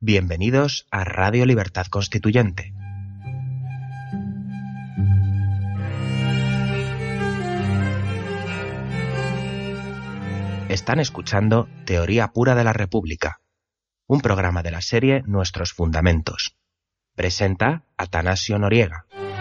Bienvenidos a Radio Libertad Constituyente. Están escuchando Teoría Pura de la República, un programa de la serie Nuestros Fundamentos. Presenta Atanasio Noriega.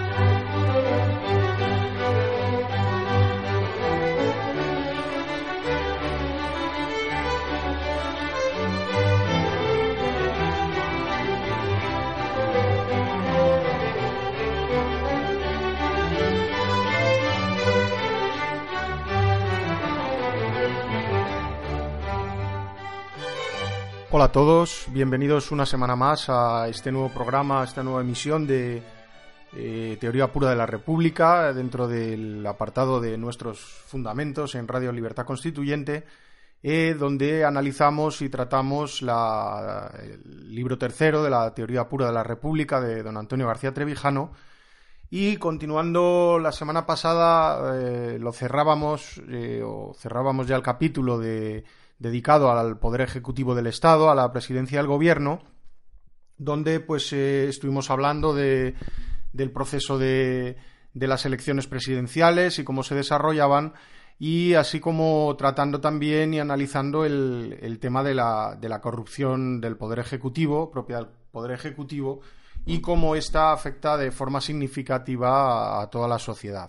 Hola a todos, bienvenidos una semana más a este nuevo programa, a esta nueva emisión de Teoría Pura de la República, dentro del apartado de Nuestros Fundamentos en Radio Libertad Constituyente, donde analizamos y tratamos el libro tercero de la Teoría Pura de la República de don Antonio García Trevijano. Y continuando la semana pasada, cerrábamos ya el capítulo dedicado al Poder Ejecutivo del Estado, a la Presidencia del Gobierno, donde estuvimos hablando del proceso de las elecciones presidenciales y cómo se desarrollaban, y así como tratando también y analizando el tema de la corrupción del Poder Ejecutivo, propia del Poder Ejecutivo, y cómo esta afecta de forma significativa a toda la sociedad.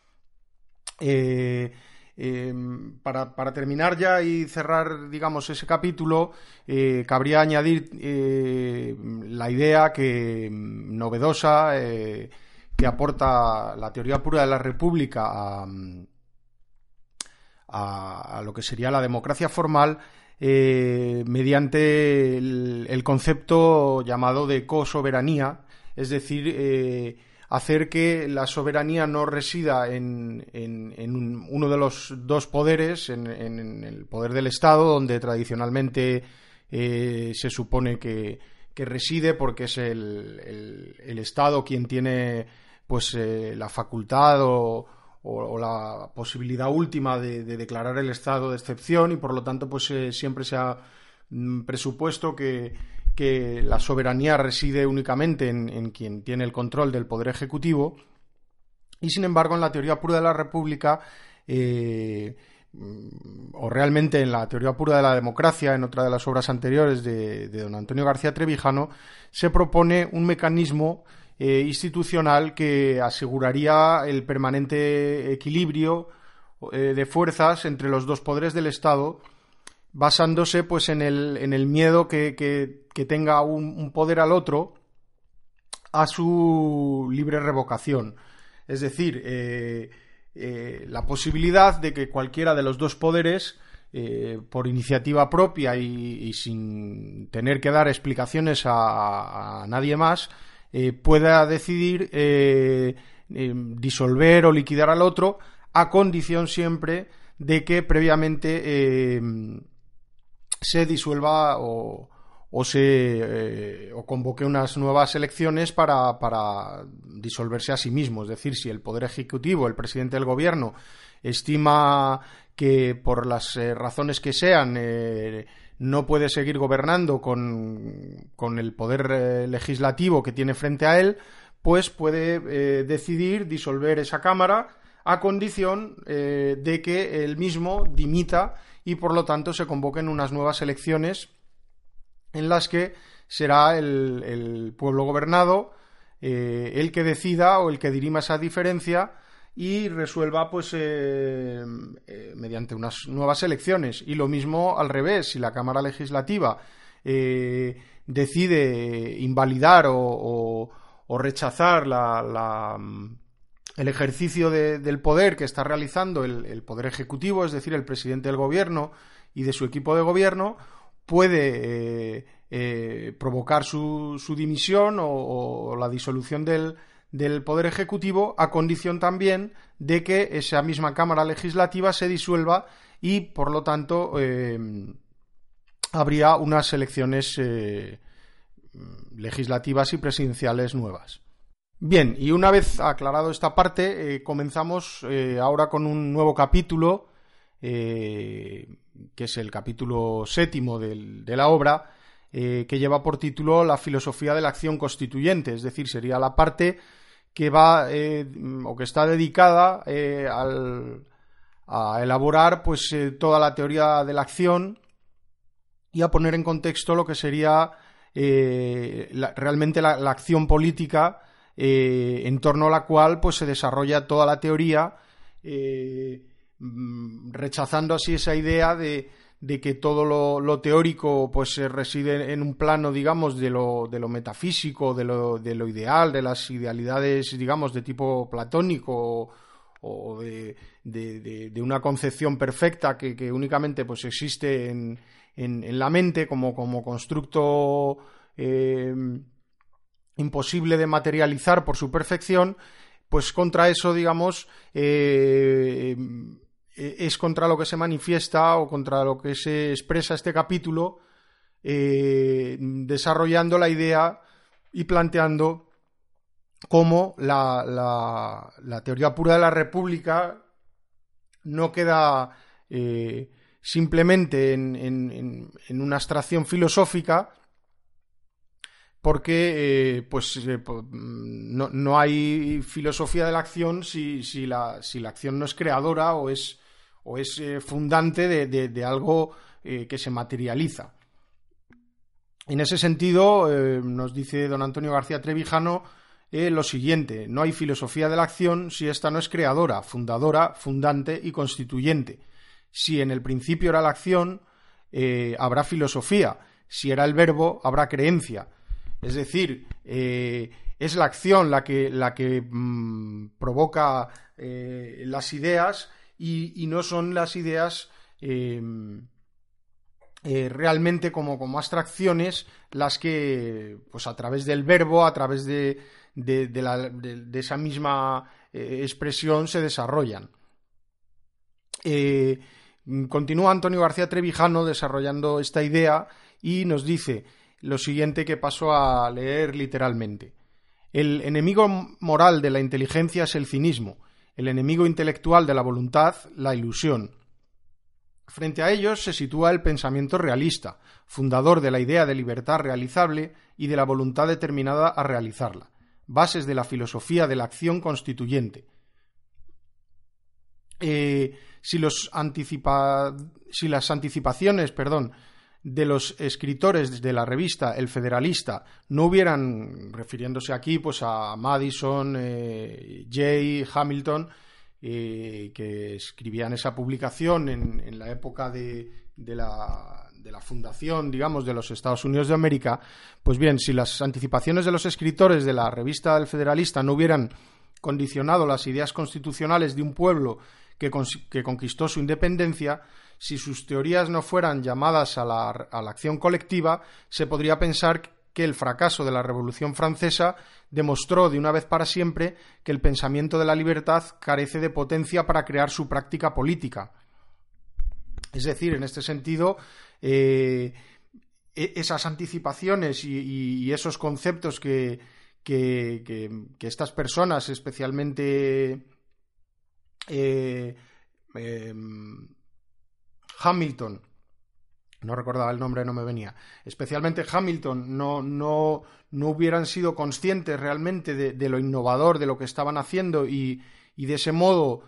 Para terminar ya y cerrar, digamos, ese capítulo, cabría añadir la idea novedosa que aporta la Teoría Pura de la República a lo que sería la democracia formal, mediante el concepto llamado de cosoberanía, es decir, hacer que la soberanía no resida en uno de los dos poderes, en el poder del Estado, donde tradicionalmente se supone que reside, porque es el Estado quien tiene la facultad o la posibilidad última de declarar el estado de excepción, y por lo tanto siempre se ha presupuesto que la soberanía reside únicamente en quien tiene el control del Poder Ejecutivo. Y sin embargo, en la Teoría Pura de la República, o realmente en la Teoría Pura de la Democracia, en otra de las obras anteriores de don Antonio García Trevijano, se propone un mecanismo institucional que aseguraría el permanente equilibrio de fuerzas entre los dos poderes del Estado, basándose en el miedo que tenga un poder al otro a su libre revocación. Es decir, la posibilidad de que cualquiera de los dos poderes, por iniciativa propia y sin tener que dar explicaciones a nadie más, pueda decidir disolver o liquidar al otro, a condición siempre de que previamente se disuelva o convoque unas nuevas elecciones para disolverse a sí mismo. Es decir, si el Poder Ejecutivo, el presidente del Gobierno, estima que por las razones que sean no puede seguir gobernando con el poder legislativo que tiene frente a él, pues puede decidir disolver esa Cámara, a condición de que él mismo dimita y por lo tanto se convoquen unas nuevas elecciones en las que será el pueblo gobernado el que decida o el que dirima esa diferencia y resuelva mediante unas nuevas elecciones. Y lo mismo al revés, si la Cámara Legislativa decide invalidar o rechazar el ejercicio del poder que está realizando el Poder Ejecutivo, es decir, el presidente del Gobierno y de su equipo de gobierno, puede provocar su dimisión o la disolución del Poder Ejecutivo, a condición también de que esa misma Cámara Legislativa se disuelva y, por lo tanto, habría unas elecciones legislativas y presidenciales nuevas. Bien, y una vez aclarado esta parte, comenzamos ahora con un nuevo capítulo, que es el capítulo 7 de la obra, que lleva por título La filosofía de la acción constituyente, es decir, sería la parte que va o que está dedicada a elaborar pues toda la teoría de la acción y a poner en contexto lo que sería realmente la acción política en torno a la cual pues se desarrolla toda la teoría, rechazando así esa idea de que todo lo teórico pues reside en un plano, digamos, de lo metafísico, de lo ideal, de las idealidades, digamos, de tipo platónico o de una concepción perfecta que únicamente pues existe en la mente como constructo imposible de materializar por su perfección. Pues contra eso, digamos, es contra lo que se manifiesta o contra lo que se expresa este capítulo, desarrollando la idea y planteando cómo la teoría pura de la República no queda simplemente en una abstracción filosófica, porque no hay filosofía de la acción si la acción no es creadora o es fundante de algo que se materializa. En ese sentido, nos dice don Antonio García Trevijano lo siguiente: no hay filosofía de la acción si ésta no es creadora, fundadora, fundante y constituyente. Si en el principio era la acción, habrá filosofía. Si era el verbo, habrá creencia. Es decir, es la acción la que provoca las ideas y no son las ideas realmente como abstracciones las que, pues a través del verbo, a través de esa misma expresión se desarrollan. Continúa Antonio García Trevijano desarrollando esta idea y nos dice lo siguiente, que paso a leer literalmente: el enemigo moral de la inteligencia es el cinismo, el enemigo intelectual de la voluntad, la ilusión. Frente a ellos se sitúa el pensamiento realista, fundador de la idea de libertad realizable y de la voluntad determinada a realizarla, bases de la filosofía de la acción constituyente. Si las anticipaciones, de los escritores de la revista El Federalista no hubieran, refiriéndose aquí pues a Madison, Jay, Hamilton, que escribían esa publicación en la época de la fundación, digamos, de los Estados Unidos de América, pues bien, si las anticipaciones de los escritores de la revista El Federalista no hubieran condicionado las ideas constitucionales de un pueblo que conquistó su independencia, si sus teorías no fueran llamadas a la acción colectiva, se podría pensar que el fracaso de la Revolución Francesa demostró de una vez para siempre que el pensamiento de la libertad carece de potencia para crear su práctica política. Es decir, en este sentido, esas anticipaciones y esos conceptos que estas personas, especialmente Hamilton, no recordaba el nombre, no me venía, especialmente Hamilton, no hubieran sido conscientes realmente de lo innovador de lo que estaban haciendo y de ese modo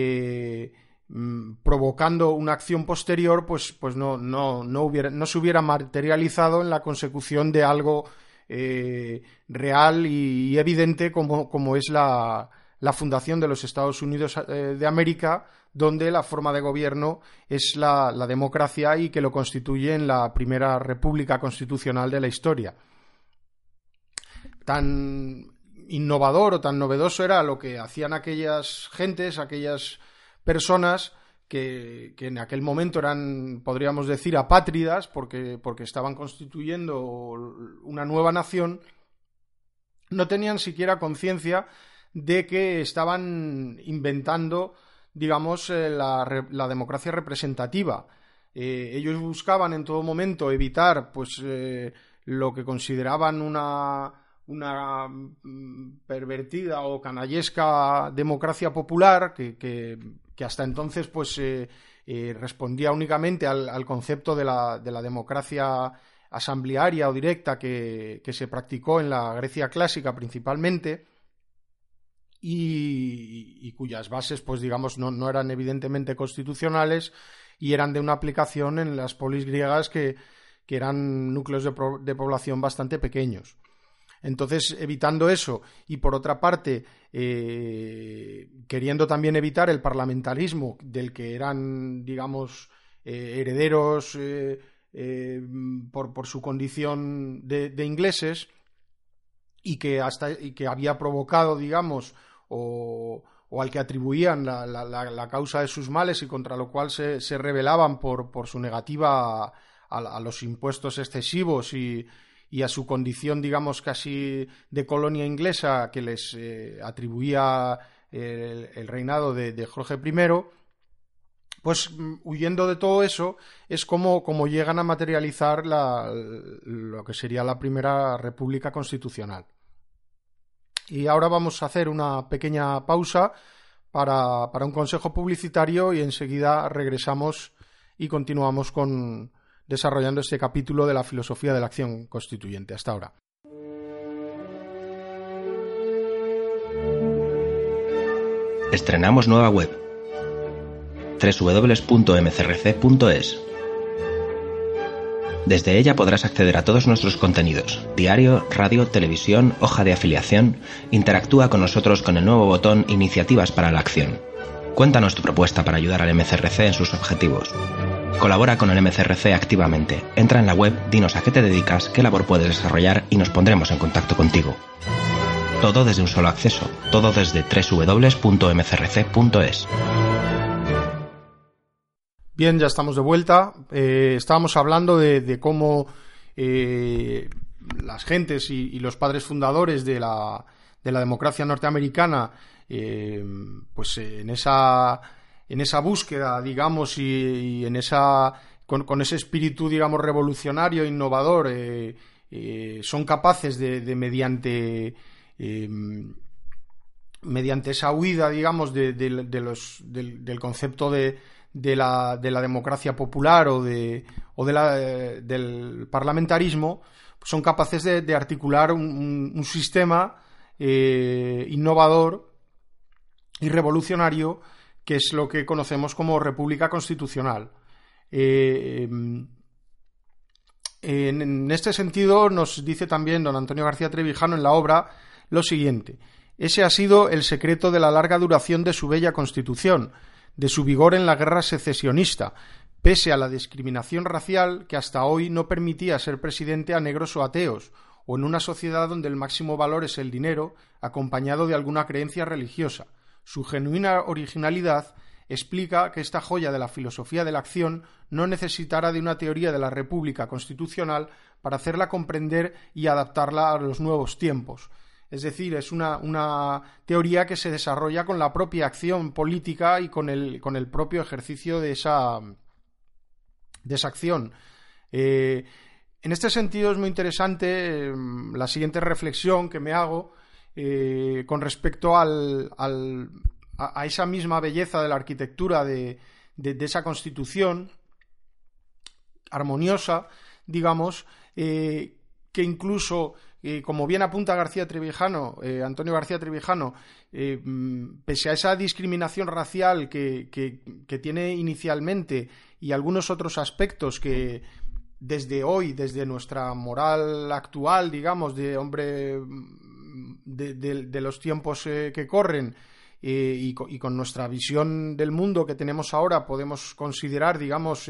provocando una acción posterior, pues no se hubiera materializado en la consecución de algo real y evidente como es la fundación de los Estados Unidos de América, donde la forma de gobierno es la democracia y que lo constituye en la primera república constitucional de la historia. Tan innovador o tan novedoso era lo que hacían aquellas gentes, aquellas personas que en aquel momento eran, podríamos decir, apátridas porque estaban constituyendo una nueva nación, no tenían siquiera conciencia de que estaban inventando, digamos, la democracia representativa. Ellos buscaban en todo momento evitar pues lo que consideraban una pervertida o canallesca democracia popular que hasta entonces pues respondía únicamente al concepto de la democracia asamblearia o directa que se practicó en la Grecia clásica principalmente, y cuyas bases, pues digamos, no eran evidentemente constitucionales y eran de una aplicación en las polis griegas que eran núcleos de población bastante pequeños. Entonces, evitando eso y, por otra parte, queriendo también evitar el parlamentarismo del que eran, digamos, herederos por su condición de ingleses, y que había provocado, digamos, o al que atribuían la causa de sus males, y contra lo cual se rebelaban por su negativa a los impuestos excesivos y a su condición, digamos, casi de colonia inglesa que les atribuía el reinado de Jorge I. Pues huyendo de todo eso es como llegan a materializar lo que sería la primera república constitucional. Y ahora vamos a hacer una pequeña pausa para un consejo publicitario, y enseguida regresamos y continuamos desarrollando este capítulo de la filosofía de la acción constituyente. Hasta ahora. Estrenamos nueva web, www.mcrc.es. Desde ella podrás acceder a todos nuestros contenidos: diario, radio, televisión, hoja de afiliación. Interactúa con nosotros con el nuevo botón Iniciativas para la Acción. Cuéntanos tu propuesta para ayudar al MCRC en sus objetivos. Colabora con el MCRC activamente. Entra en la web, dinos a qué te dedicas, qué labor puedes desarrollar y nos pondremos en contacto contigo. Todo desde un solo acceso. Todo desde www.mcrc.es. Bien, ya estamos de vuelta. Estábamos hablando de cómo las gentes y los padres fundadores de la democracia norteamericana, pues en esa búsqueda, digamos, y en con ese espíritu, digamos, revolucionario, innovador, son capaces de mediante esa huida, digamos, del concepto de la democracia popular o del parlamentarismo, son capaces de articular un sistema innovador y revolucionario, que es lo que conocemos como República Constitucional. En este sentido nos dice también don Antonio García Trevijano en la obra lo siguiente: ese ha sido el secreto de la larga duración de su bella Constitución, de su vigor en la guerra secesionista, pese a la discriminación racial que hasta hoy no permitía ser presidente a negros o ateos, o en una sociedad donde el máximo valor es el dinero, acompañado de alguna creencia religiosa. Su genuina originalidad explica que esta joya de la filosofía de la acción no necesitara de una teoría de la República Constitucional para hacerla comprender y adaptarla a los nuevos tiempos. Es decir, es una teoría que se desarrolla con la propia acción política y con el propio ejercicio de esa acción. En este sentido es muy interesante la siguiente reflexión que me hago con respecto a esa misma belleza de la arquitectura de esa Constitución armoniosa, digamos, que incluso, como bien apunta Antonio García Trevijano, pese a esa discriminación racial que tiene inicialmente, y algunos otros aspectos que desde nuestra moral actual, digamos, de hombre de los tiempos que corren, y con nuestra visión del mundo que tenemos ahora, podemos considerar, digamos,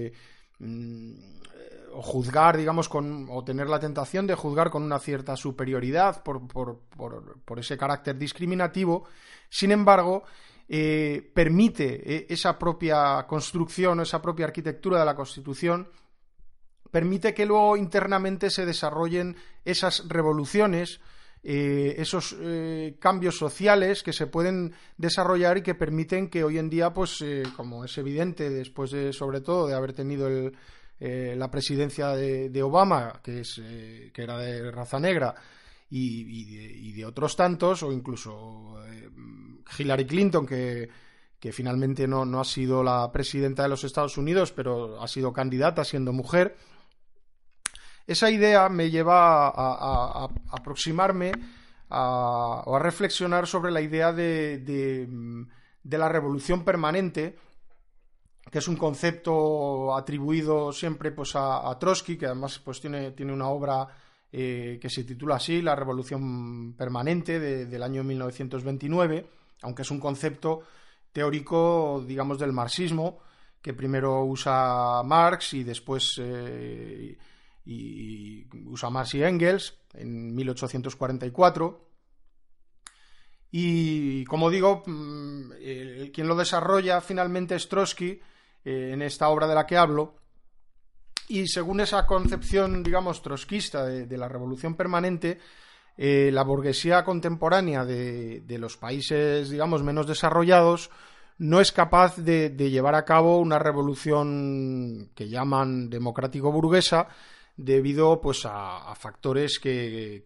o juzgar, digamos, o tener la tentación de juzgar con una cierta superioridad por ese carácter discriminativo. Sin embargo, permite esa propia construcción o esa propia arquitectura de la Constitución, permite que luego internamente se desarrollen esas revoluciones, esos cambios sociales que se pueden desarrollar y que permiten que hoy en día, pues como es evidente después sobre todo de haber tenido la presidencia de Obama, que era de raza negra, y de otros tantos, o incluso Hillary Clinton, que finalmente no ha sido la presidenta de los Estados Unidos, pero ha sido candidata siendo mujer. esa idea me lleva a aproximarme o a reflexionar sobre la idea de la revolución permanente, que es un concepto atribuido siempre pues a Trotsky, que además pues tiene una obra que se titula así, La Revolución Permanente, del año 1929, aunque es un concepto teórico, digamos, del marxismo, que primero usa Marx y después usa Marx y Engels en 1844. Y como digo, quien lo desarrolla finalmente es Trotsky, en esta obra de la que hablo, y según esa concepción, digamos, trotskista de la revolución permanente, la burguesía contemporánea de los países, digamos, menos desarrollados no es capaz de llevar a cabo una revolución que llaman democrático-burguesa debido pues a factores que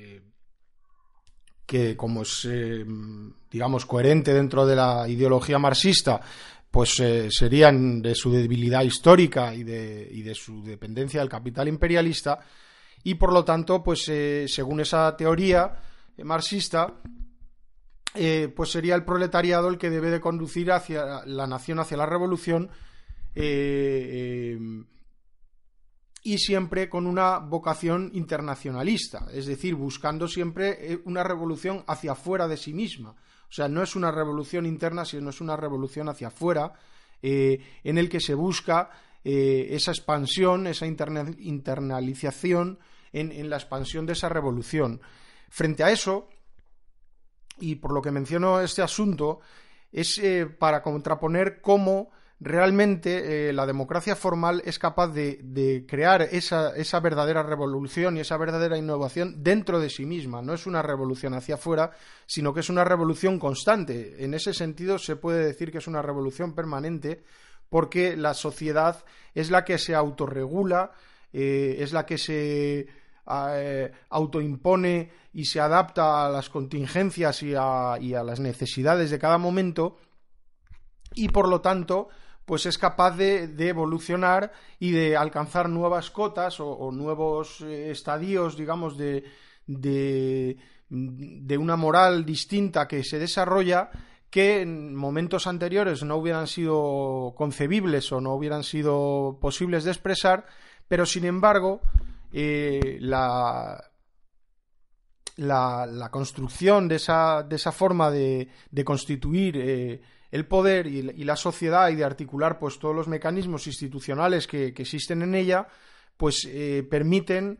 como es digamos coherente dentro de la ideología marxista, pues serían de su debilidad histórica y de su dependencia del capital imperialista, y por lo tanto pues según esa teoría marxista, pues sería el proletariado el que debe de conducir hacia la nación, hacia la revolución, y siempre con una vocación internacionalista, es decir, buscando siempre una revolución hacia afuera de sí misma. O sea, no es una revolución interna, sino es una revolución hacia afuera, en el que se busca esa expansión, esa internalización en la expansión de esa revolución. Frente a eso, y por lo que menciono este asunto, es para contraponer cómo realmente la democracia formal es capaz de crear esa verdadera revolución y esa verdadera innovación dentro de sí misma. No es una revolución hacia afuera, sino que es una revolución constante. En ese sentido se puede decir que es una revolución permanente, porque la sociedad es la que se autorregula, es la que se autoimpone y se adapta a las contingencias y a las necesidades de cada momento, y por lo tanto pues es capaz de evolucionar y de alcanzar nuevas cotas o nuevos estadios, digamos, de una moral distinta que se desarrolla, que en momentos anteriores no hubieran sido concebibles o no hubieran sido posibles de expresar, pero sin embargo la construcción de esa forma de constituir el poder y la sociedad, y de articular pues todos los mecanismos institucionales que existen en ella, pues permiten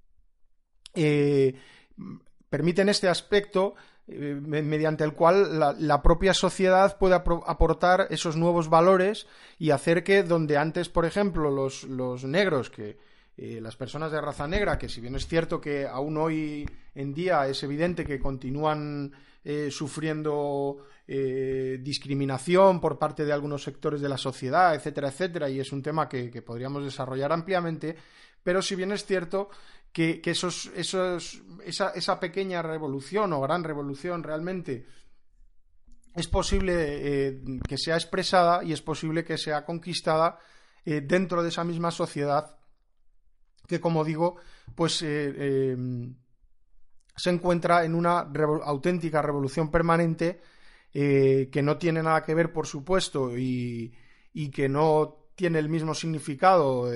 este aspecto mediante el cual la propia sociedad puede aportar esos nuevos valores y hacer que donde antes, por ejemplo, los negros, las personas de raza negra, que si bien es cierto que aún hoy en día es evidente que continúan sufriendo discriminación por parte de algunos sectores de la sociedad, etcétera, etcétera, y es un tema que podríamos desarrollar ampliamente, pero si bien es cierto que esa pequeña revolución o gran revolución realmente es posible que sea expresada, y es posible que sea conquistada dentro de esa misma sociedad que, como digo, pues se encuentra en una auténtica revolución permanente, que no tiene nada que ver, por supuesto, y que no tiene el mismo significado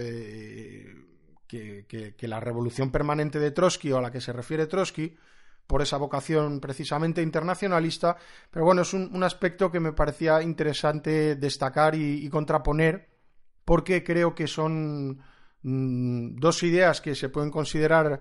que la revolución permanente de Trotsky, o a la que se refiere Trotsky, por esa vocación precisamente internacionalista. Pero bueno, es un aspecto que me parecía interesante destacar y contraponer, porque creo que son dos ideas que se pueden considerar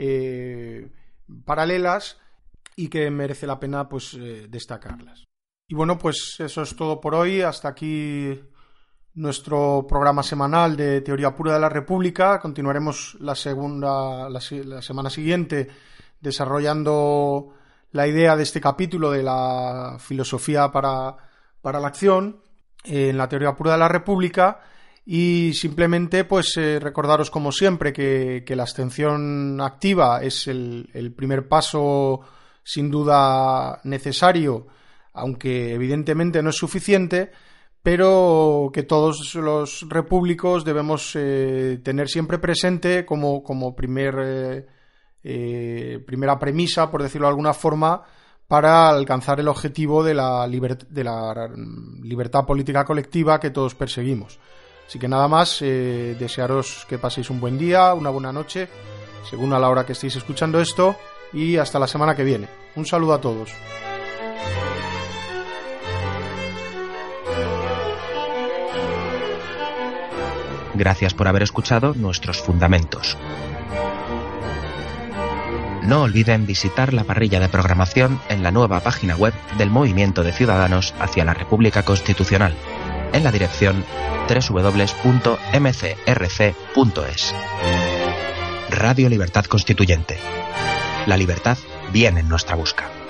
paralelas y que merece la pena pues destacarlas. Y bueno, pues eso es todo por hoy. Hasta aquí nuestro programa semanal de Teoría Pura de la República. Continuaremos la semana siguiente desarrollando la idea de este capítulo de la filosofía para la acción en la Teoría Pura de la República. Y simplemente pues recordaros, como siempre, que la abstención activa es el primer paso sin duda necesario, aunque evidentemente no es suficiente, pero que todos los repúblicos debemos tener siempre presente como primera premisa, por decirlo de alguna forma, para alcanzar el objetivo de la libertad política colectiva que todos perseguimos. Así que nada más, desearos que paséis un buen día, una buena noche, según a la hora que estéis escuchando esto, y hasta la semana que viene. Un saludo a todos. Gracias por haber escuchado nuestros fundamentos. No olviden visitar la parrilla de programación en la nueva página web del Movimiento de Ciudadanos hacia la República Constitucional, en la dirección www.mcrc.es. Radio Libertad Constituyente. La libertad viene en nuestra busca.